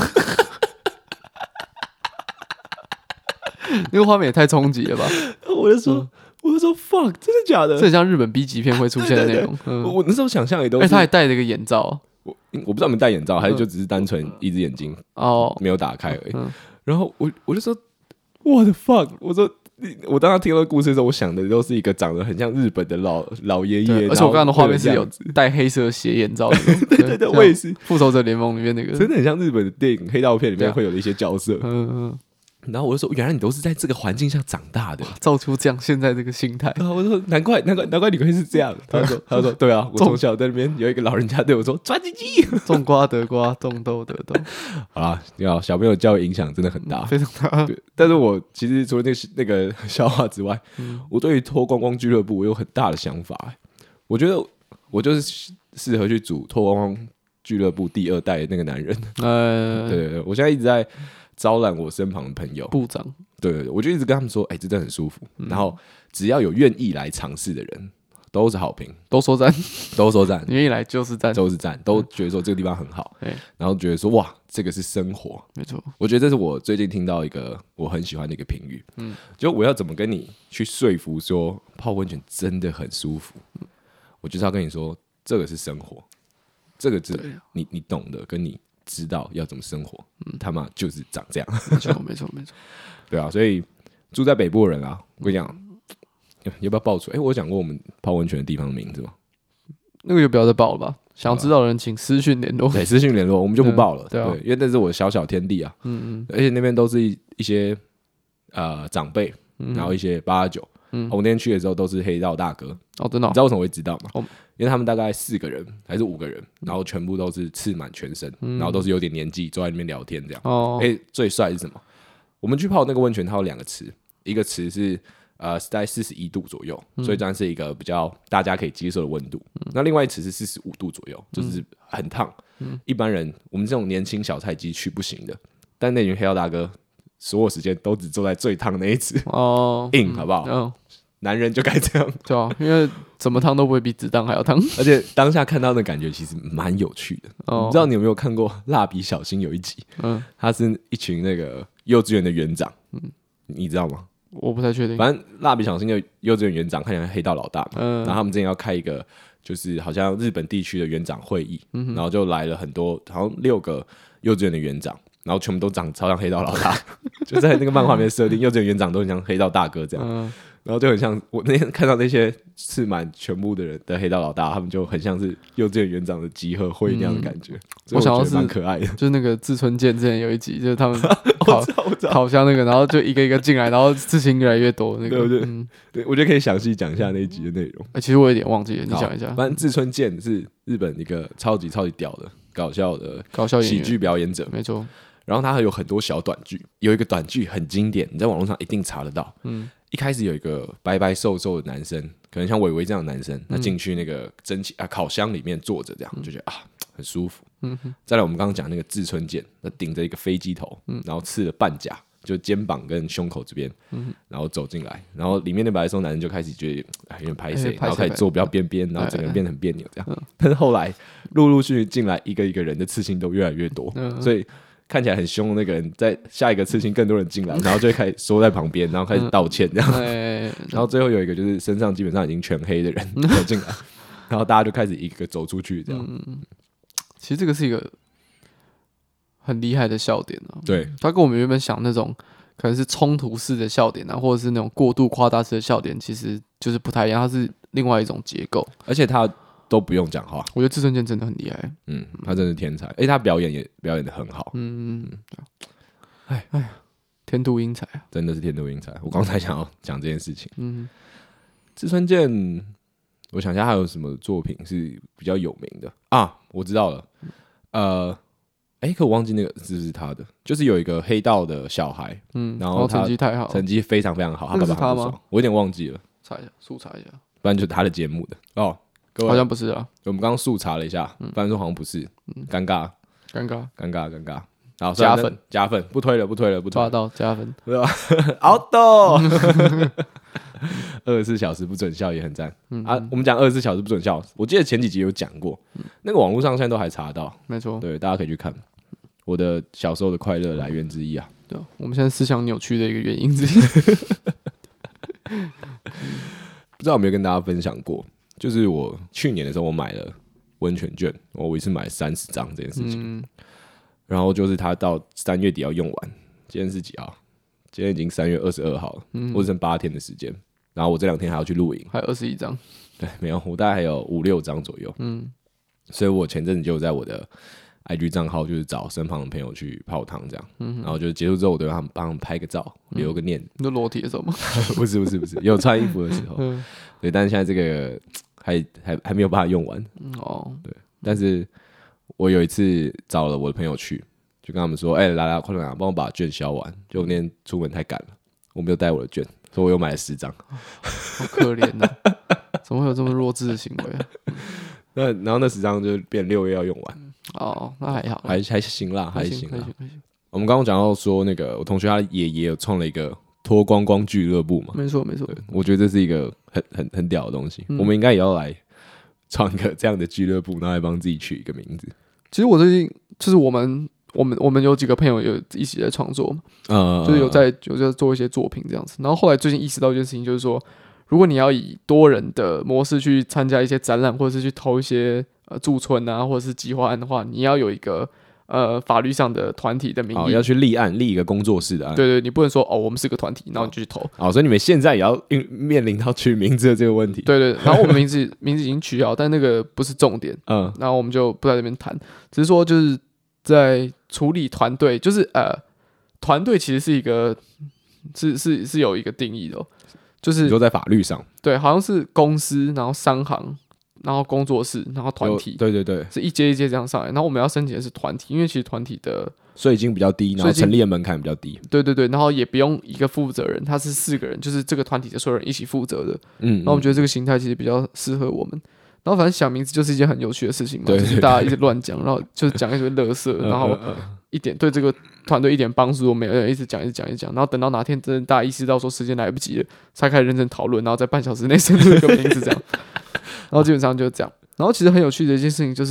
那个画面也太冲击了吧！ 我就说 fuck， 真的假的？ 这很像日本 B 级片会出现的内容。 我那时候想象也都是， 他还戴着一个眼罩。 我不知道你们戴眼罩还是就只是单纯一只眼睛没有打开而已。然后我就说 what the fuck， 我说我当时听到故事的时候，我想的都是一个长得很像日本的老爷爷， 而且我刚刚的画面是有戴黑色斜眼罩的。 对，我也是。 复仇者联盟里面那个真的很像日本的电影黑道片里面会有的一些角色。然后我就说，原来你都是在这个环境下长大的， 造出这样现在这个心态。 我就说难怪你会是这样。他说对啊，我从小在那边有一个老人家对我说转鸡鸡， 种瓜得瓜，种豆得豆。 好啦，小朋友教育影响真的很大， 非常大。 对，但是我其实除了那个笑话之外，我对于脱光光俱乐部我有很大的想法。我觉得我就是适合去组脱光光俱乐部第2代的那个男人。对，我现在一直在招揽我身旁的朋友部长， 对，我就一直跟他们说，真的很舒服。然后只要有愿意来尝试的人，都是好评， 都说赞，愿意来就是赞， 都觉得说这个地方很好，然后觉得说哇，这个是生活， 没错。 我觉得这是我最近听到一个我很喜欢的一个评语，就我要怎么跟你去说服说泡温泉真的很舒服，我就是要跟你说，这个是生活，这个是你懂得跟你知道要怎么生活，他妈就是长这样。 没错， 对啊，所以住在北部的人啊，我跟你讲，要不要报出来？我有讲过我们泡温泉的地方的名字吗？ 那个就不要再报了吧。想知道的人请私讯联络。 对，私讯联络，我们就不报了。 对， 因为那是我的小天地啊。而且那边都是一些长辈，然后一些8、9。我那天去的时候都是黑道大哥。 真的。 你知道为什么会知道吗？因为他们大概4个人还是5个人，然后全部都是赤满全身，然后都是有点年纪，坐在那边聊天这样。最帅是什么？我们去泡那个温泉，它有2个池，一个池是在41度左右，所以这样是一个比较大家可以接受的温度。那另外一池是45度左右，就是很烫。一般人我们这种年轻小菜鸡去不行的，但那群黑道大哥所有时间都只坐在最烫那一池。硬好不好？男人就该这样。 对啊，因为怎么烫都不会比子弹还要烫。 而且当下看到的感觉其实蛮有趣的。你知道你有没有看过《蜡笔小新》有一集？他是一群那个幼稚园的园长。你知道吗？ 我不太确定。 反正蜡笔小新的幼稚园园长看起来黑道老大嘛。然后他们之前要开一个就是好像日本地区的园长会议，然后就来了很多，好像6个幼稚园的园长，然后全部都长超像黑道老大。就在那个漫画里面设定，幼稚园园长都很像黑道大哥这样。然后就很像我那天看到那些刺满全部的人的黑道老大，他们就很像是幼稚园园长的集合会那样的感觉。 我想要是蛮可爱的， 就是那个志村健之前有一集，就是他们烤箱那个，然后就一个一个进来，然后事情越来越多。那个对，我觉得可以详细讲一下那一集的内容。 其实我有点忘记了，你讲一下。 反正志村健是日本一个超级屌的搞笑喜剧表演者， 没错。 然后他还有很多小短剧，有一个短剧很经典，你在网络上一定查得到。一开始有一个白白瘦瘦的男生，可能像伟伟这样的男生，他进去那个烤箱里面坐着，这样就觉得很舒服。再来我们刚刚讲那个志村健，他顶着一个飞机头，然后刺了半甲，就肩膀跟胸口这边，然后走进来，然后里面的白瘦男人就开始觉得有点拍谁，然后开始坐比较边边，然后整个人变得很别扭这样。但是后来陆陆续续进来一个一个人的刺青都越来越多，所以看起来很凶的那个人，在下一个刺青更多人进来，然后就会开始缩在旁边，然后开始道歉这样。然后最后有一个就是身上基本上已经全黑的人走进来，然后大家就开始一个个走出去这样。 其实这个是一个很厉害的笑点啊。 对， 他跟我们原本想那种可能是冲突式的笑点啊，或者是那种过度夸大式的笑点，其实就是不太一样，它是另外一种结构， 而且他都不用讲话。 我觉得志村健真的很厉害。 他真的是天才，他表演的很好。 天妒英才啊， 真的是天妒英才。我刚才想要讲这件事情。志村健，我想一下，还有什么作品是比较有名的啊？我知道了，可我忘记那个是不是他的，就是有一个黑道的小孩，然后他成绩太好， 成绩非常非常好，他爸爸他吗？ 我有点忘记了， 查一下，速查一下， 不然就是他的节目的哦。各位好像不是啊， 我们刚刚速查了一下，不然说好像不是，尴尬。好，加分，不推了， 抓到加分， 对吧？好的。 24小时不准笑也很赞我们讲24小时不准笑，我记得前几集有讲过，那个网络上现在都还查到， 没错， 对，大家可以去看我的小时候的快乐来源之一啊。 对，我们现在思想扭曲的一个原因之一。 不知道有没有跟大家分享过，就是我去年的时候我买了温泉券，我一次买30张这件事情，然后就是它到3月底要用完，今天是几号？今天已经3月22号了，我只剩8天的时间，然后我这2天还要去露营， 还有21张， 对，没有，我大概还有5-6张左右，所以我前阵子就在我的 IG 账号就是找身旁的朋友去泡汤这样，然后就结束之后我都帮他们拍个照，留个念。 你就裸体的时候吗？ 不是，有穿衣服的时候，对，但是现在这个还没有办法用完，对，但是我有一次找了我的朋友去，就跟他们说，来，快点帮我把券销完，就我那天出门太赶了，我没有带我的券，所以我又买了10张， 好可怜呐，怎么会有这么弱智的行为啊？ 然后那10张就变6月要用完。 那还好， 还行啦，还行。 还行。 我们刚刚讲到说，那个我同学他爷爷有创了一个脱光光俱乐部嘛， 没错。 我觉得这是一个很屌的东西，我们应该也要来创一个这样的俱乐部，然后来帮自己取一个名字。 其实我最近就是我们有几个朋友有一起在创作嘛，就是有在做一些作品这样子。然后后来最近意识到一件事情，就是说，如果你要以多人的模式去参加一些展览，或者是去投一些驻村啊，或者是计划案的话，你要有一个法律上的团体的名义， 要去立一个工作室的案。 对，你不能说我们是个团体，然后你就去投。 所以你们现在也要面临到取名字的这个问题。 对，然后我们名字已经取好，但那个不是重点。然后我们就不在这边谈，只是说就是在处理团队，就是团队其实是一个是有一个定义的就是你说在法律上， 对，好像是公司，然后商行，然后工作室，然后团体， 对， 是一阶一阶这样上来。然后我们要申请的是团体，因为其实团体的税金比较低，然后成立的门槛比较低。 对，然后也不用一个负责人，他是4个人，就是这个团体的所有人一起负责的。然后我们觉得这个形态其实比较适合我们。然后反正想名字就是一件很有趣的事情嘛，就是大家一直乱讲，然后就是讲一堆垃圾，然后一点对这个团队一点帮助都没有，一直讲，然后等到哪天真的大家意识到说时间来不及了，才开始认真讨论，然后在半小时内生出一个名字这样，然后基本上就是这样。然后其实很有趣的一件事情就是，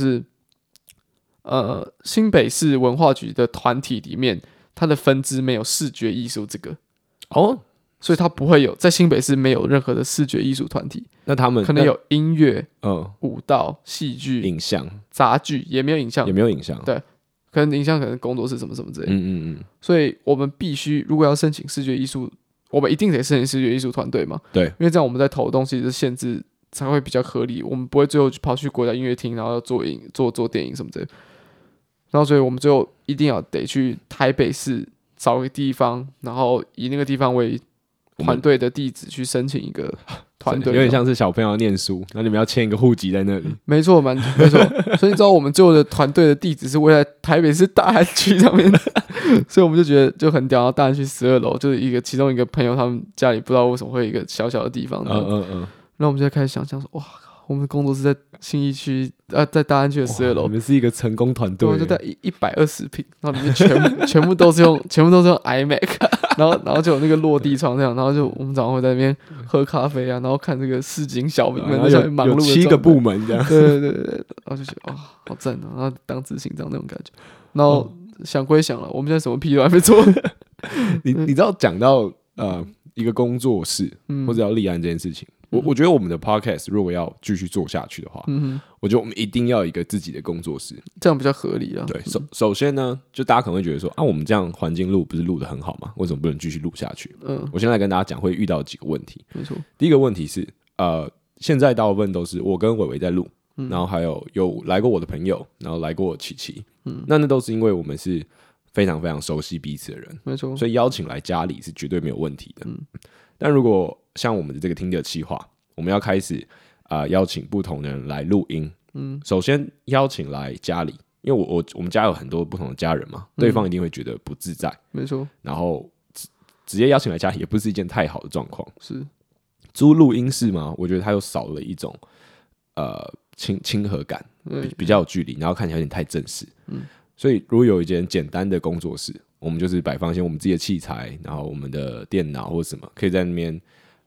新北市文化局的团体里面，它的分支没有视觉艺术这个所以它不会有在新北市没有任何的视觉艺术团体。 那他们可能有音乐、舞蹈、戏剧、 影像、 杂剧，也没有影像，对，可能影像可能工作室什么什么之类的。所以我们必须如果要申请视觉艺术，我们一定得申请视觉艺术团队嘛。 对， 因为这样我们在投的东西的限制才会比较合理，我们不会最后跑去国家音乐厅，然后要做电影什么之类的。然后所以我们最后一定要得去台北市找个地方，然后以那个地方为团队的地址去申请一个团队， 有点像是小朋友要念书，那你们要签一个户籍在那里。 没错，没错。所以你知道我们最后的团队的地址是位在台北市大安区上面的，所以我们就觉得就很屌。然后大安区12楼就是其中一个朋友他们家里不知道为什么会有一个小小的地方。然后我们就开始想象说，哇，我们的工作室在信义区在大安区的12楼， 你们是一个成功团队， 我就在120坪，然后里面全部都是用 iMac， 然后就有那个落地窗这样，然后就我们早上会在那边喝咖啡啊，然后看这个市井小民们在上面忙碌的 7个部门这样， 对，然后就觉得好赞啊，然后当执行长那种感觉，然后想归想了，我们现在什么屁都还没做。 你知道讲到一个工作室或者要立案这件事情。我觉得我们的 podcast 如果要继续做下去的话，我觉得我们一定要有一个自己的工作室， 这样比较合理啊。 对，首先呢，就大家可能会觉得说我们这样环境录不是录得很好吗？为什么不能继续录下去？我现在跟大家讲会遇到几个问题。 没错， 第一个问题是现在大部分都是我跟伟伟在录，然后还有来过我的朋友，然后来过琪琪，那都是因为我们是非常非常熟悉彼此的人， 没错， 所以邀请来家里是绝对没有问题的。但如果像我们的这个听的企划，我们要开始邀请不同的人来录音。首先邀请来家里，因为我们家有很多不同的家人嘛，对方一定会觉得不自在， 没错。然后直接邀请来家里也不是一件太好的状况。 是租录音室嘛，我觉得它又少了一种亲和感，比较有距离，然后看起来有点太正式。所以如果有一间简单的工作室，我们就是摆放一些我们自己的器材，然后我们的电脑或什么，可以在那边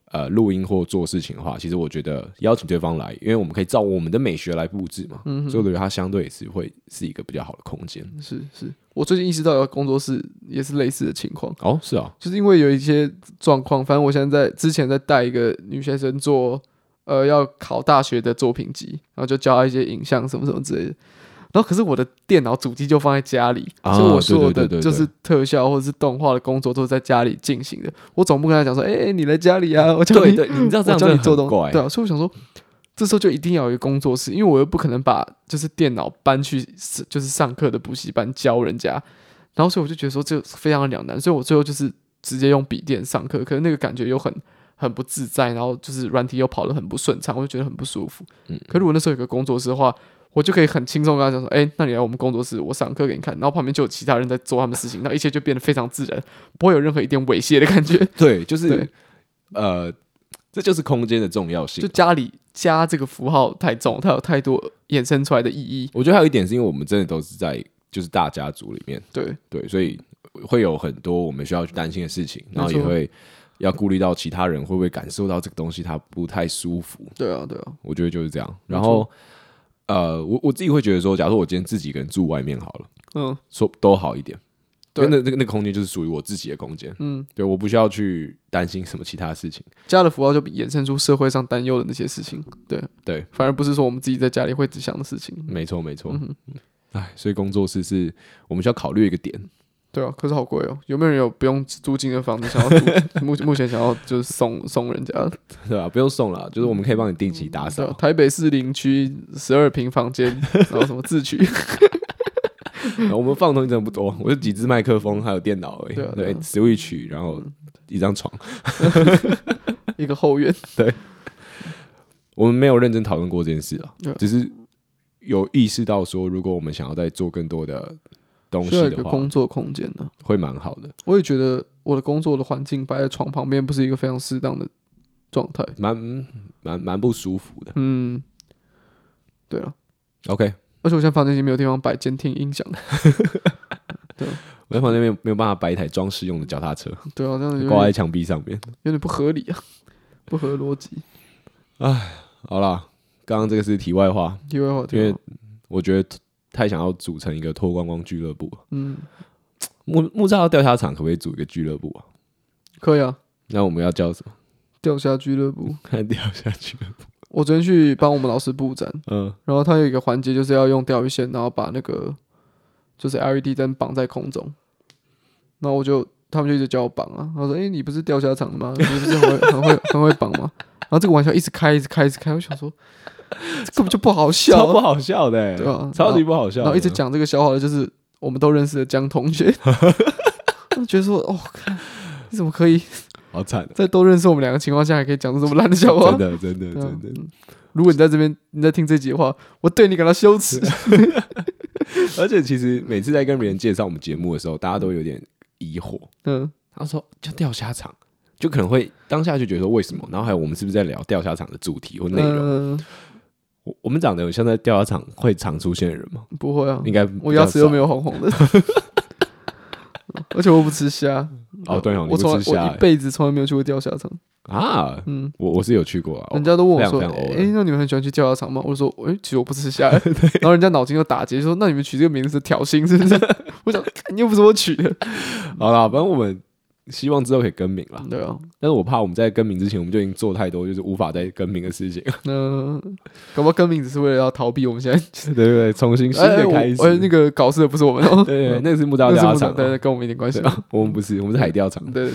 录音或做事情的话，其实我觉得邀请对方来，因为我们可以照我们的美学来布置嘛，所以我觉得它相对也是会是一个比较好的空间。 是，我最近意识到有工作室也是类似的情况。 哦，是啊， 就是因为有一些状况，反正我现在之前在带一个女学生做要考大学的作品集，然后就教她一些影像什么什么之类的。然后可是我的电脑主机就放在家里，所以我所有的就是特效或者是动画的工作都是在家里进行的。我总不跟他讲说，你来家里啊，我教你， 对，你知道这样教你做东西， 对啊。所以我想说，这时候就一定要有一个工作室，因为我又不可能把就是电脑搬去就是上课的补习班教人家。然后所以我就觉得说这非常的两难，所以我最后就是直接用笔电上课，可是那个感觉又很不自在，然后就是软体又跑得很不顺畅，我就觉得很不舒服。可如果那时候有个工作室的话，我就可以很轻松跟他讲说，那你来我们工作室，我上课给你看，然后旁边就有其他人在做他们的事情，然后一切就变得非常自然，不会有任何一点猥亵的感觉。 对，就是这就是空间的重要性。 就家里加这个符号太重，它有太多衍生出来的意义。 我觉得还有一点是因为我们真的都是在就是大家族里面，对，所以会有很多我们需要去担心的事情，然后也会要顾虑到其他人会不会感受到这个东西它不太舒服。 对啊， 我觉得就是这样。然后我自己会觉得说，假如我今天自己一个人住外面好了，说都好一点。对，那个空间就是属于我自己的空间，对，我不需要去担心什么其他的事情。 家的符号就衍生出社会上担忧的那些事情，对，反而不是说我们自己在家里会只想的事情。 没错，所以工作室是我们需要考虑一个点。 对啊，可是好贵哦。有没有人有不用租金的房子想要租？目前想要就是送人家， 对吧？不用送了，就是我们可以帮你定期打扫。 台北市林区12平房间，然后什么自取。 我们放的东西真的不多，我就几支麦克风还有电脑而已。对，Switch， 然后一张床， 一个后院。 对，我们没有认真讨论过这件事啊，只是有意识到说，如果我们想要再做更多的东西的话， 需要一个工作空间呢， 会蛮好的。 我也觉得我的工作的环境摆在床旁边，不是一个非常适当的状态， 蛮不舒服的。 对了 ，OK。 而且我现在房间已经没有地方摆监听音响了。对， 我在房间没有办法摆一台装饰用的脚踏车。 对啊，这样挂在墙壁上面， 有点不合理啊，不合逻辑。 好啦，刚刚这个是题外话，因为我觉得太想要组成一个脱光光俱乐部。木栅钓虾场可不可以组一个俱乐部啊？ 可以啊。 那我们要叫什么？ 钓虾俱乐部。 钓虾俱乐部。 我昨天去帮我们老师布展，然后他有一个环节就是要用钓鱼线，然后把那个就是 LED 灯绑在空中，然后他们就一直叫我绑啊，他说：“你不是钓虾场的吗？你不是很会绑吗？”然后这个玩笑一直开，我想说这根本就不好笑， 超不好笑的， 对啊， 超级不好笑。 然后一直讲这个笑话的就是我们都认识的江同学，我就觉得说看你怎么可以？ 好惨！ 在都认识我们两个情况下，还可以讲出这么烂的笑话， 真的。 如果你在这边你在听这集的话，我对你感到羞耻。 而且其实每次在跟别人介绍我们节目的时候，大家都有点疑惑。他说叫钓虾场，就可能会当下就觉得说为什么？然后还有我们是不是在聊钓虾场的主题或内容？我们长得有像在钓虾场会常出现的人吗？ 不会啊， 应该我牙齿又没有红红的。而且我不吃虾。 对哦，我一辈子从来没有去过钓虾场啊。我是有去过啊。 人家都问我说：“ 那你们很喜欢去钓虾场吗？”我就说：“其实我不吃虾。”然后人家脑筋就打结，说：“那你们取这个名字是挑衅是不是？”我想，你又不是我取的。 好啦，反正我们希望之后可以更名啦。 对啊， 但是我怕我们在更名之前，我们就已经做太多就是无法再更名的事情。 搞不好更名只是为了要逃避我们现在对，重新新的开始。 那个搞事的不是我们哦， 对，那个是木栅钓虾场， 对，跟我们一点关系。 我们不是，我们是海钓场。 对。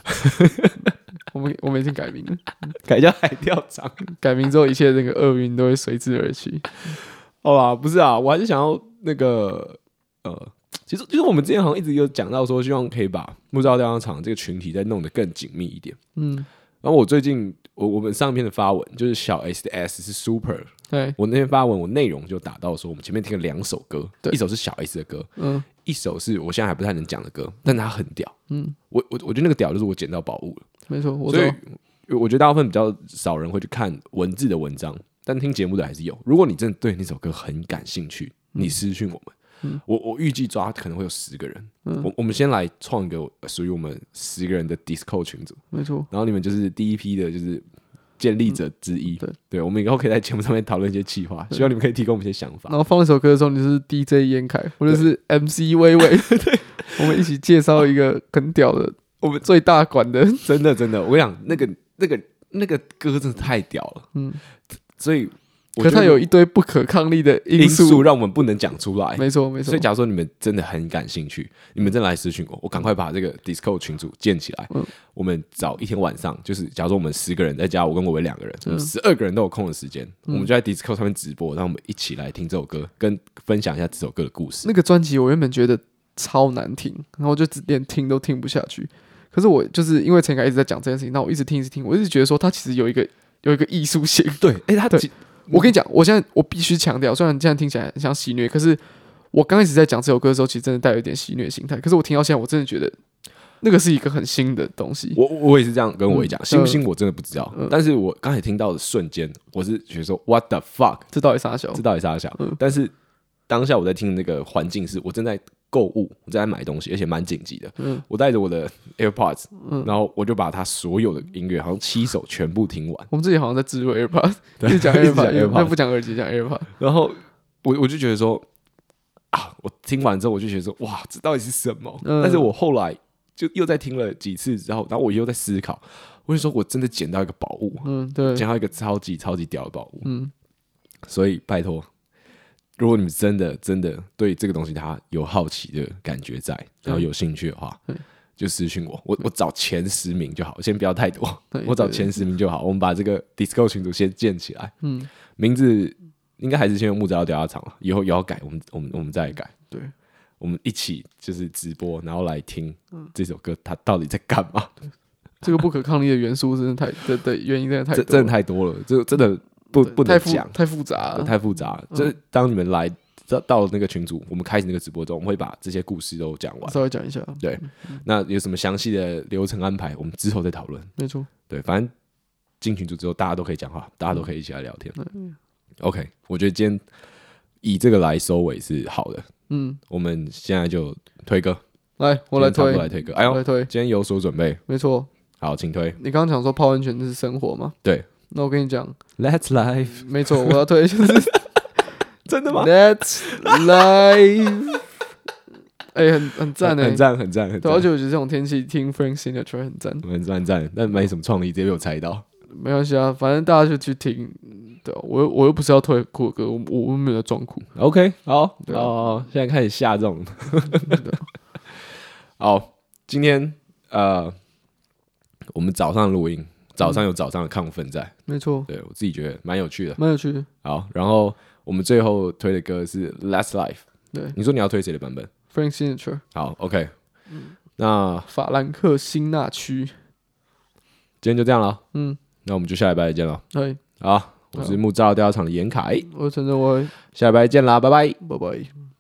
我们已经改名了， 改叫海钓场。 改名之后，一切那个厄运都会随之而去。 好啦，不是啊，我还是想要那个其实我们之前好像一直有讲到说，希望可以把木栅钓虾场这个群体再弄得更紧密一点。然后我最近我们上篇的发文就是小 S 的 S 是 Super， 对， 我那篇发文我内容就打到说，我们前面听了2首歌，一首是小 S 的歌，一首是我现在还不太能讲的歌，但它很屌。我觉得那个屌就是我捡到宝物了， 没错。 所以我觉得大部分比较少人会去看文字的文章，但听节目的还是有。如果你真的对那首歌很感兴趣，你私讯我们， 我预计抓可能会有10个人。我们先来创一个属于我们10个人的 Discord 群组， 没错。 然后你们就是第一批的，就是建立者之一。对，我们以后可以在节目上面讨论一些企划，希望你们可以提供我们一些想法。 然后放一首歌的时候，你是 DJ 燕凯或者是 MC 微微，我们一起介绍一个很屌的，我们最大馆的， 真的，我跟你讲，那个歌真的太屌了。所以。 可它有一堆不可抗力的因素， 让我们不能讲出来。 没错。 所以，假如说你们真的很感兴趣，你们真的来私讯我赶快把这个 Discord 群组建起来。我们找一天晚上，就是假如说我们10个人，再加我跟伟伟2个人，我们12个人都有空的时间，我们就在 Discord 上面直播，让我们一起来听这首歌，跟分享一下这首歌的故事。 那个专辑我原本觉得超难听，然后就连听都听不下去。可是我就是因为陈凯一直在讲这件事情，那我一直听，我一直觉得说他其实有一个艺术性。 对， 我跟你讲，我必须强调，虽然这样听起来很像戏谑，可是我刚开始在讲这首歌的时候，其实真的带有一点戏谑心态。可是我听到现在，我真的觉得那个是一个很新的东西。 我也是这样跟我讲，新不新我真的不知道。但是我刚才听到的瞬间，我是觉得说 What the fuck， 这到底啥小？ 但是当下我在听的那个环境是我正在购物，我正在买东西，而且蛮紧急的。我带着我的 AirPods，然后我就把他所有的音乐，好像7首全部听完。 我们自己好像在植入 AirPods， 一直讲 AirPods， 不讲耳机，讲 AirPods。 然后我就觉得说我听完之后我就觉得说，哇，这到底是什么？但是我后来就又再听了几次之后，然后我又在思考，我就说我真的捡到一个宝物， 对， 捡到一个超级超级屌的宝物。所以拜托。如果你们真的对这个东西它有好奇的感觉在，然后有兴趣的话，就私讯我找前10名就好，先不要太多，我找前10名就好。我们把这个 Discord 群组先建起来，名字应该还是先用木栅调查厂，以后也要改，我们再改。对，我们一起就是直播，然后来听这首歌它到底在干嘛。 这个不可抗力的元素真的的原因真的太多了，这真的。不能讲， 太复杂了， 太复杂了。就是当你们来到那个群组，我们开始那个直播中，我们会把这些故事都讲完， 稍微讲一下。 对，那有什么详细的流程安排，我们之后再讨论。 没错， 对，反正进群组之后，大家都可以讲话，大家都可以一起来聊天。OK， 我觉得今天以这个来收尾是好的。我们现在就推歌， 来，我来推歌。哎呦， 来推， 今天有所准备， 没错。 好，请推。 你刚刚讲说泡温泉是生活吗？ 对。 那我跟你讲 ，Let's Live， 没错，我要推就是真的吗 ？Let's Live， 很赞很赞。 对，而且我觉得这种天气听 Frank Sinatra 很赞， 但没什么创意，直接被我猜到。 没关系啊，反正大家就去听。对，我又不是要推酷的歌，我没有在装酷。 OK， 好，现在开始下这种。好，今天我们早上录音。早上有早上的亢奋在， 没错， 对我自己觉得蛮有趣的，好，然后我们最后推的歌是《Last Life》。 对， 你说你要推谁的版本 ？Frank Sinatra。 好 ，OK。那法兰克辛纳区， 今天就这样了。那我们就下礼拜再见了。 对， 好，我是木栅调查厂的严凯， 我是陈正威， 下礼拜见啦，拜拜， 拜拜。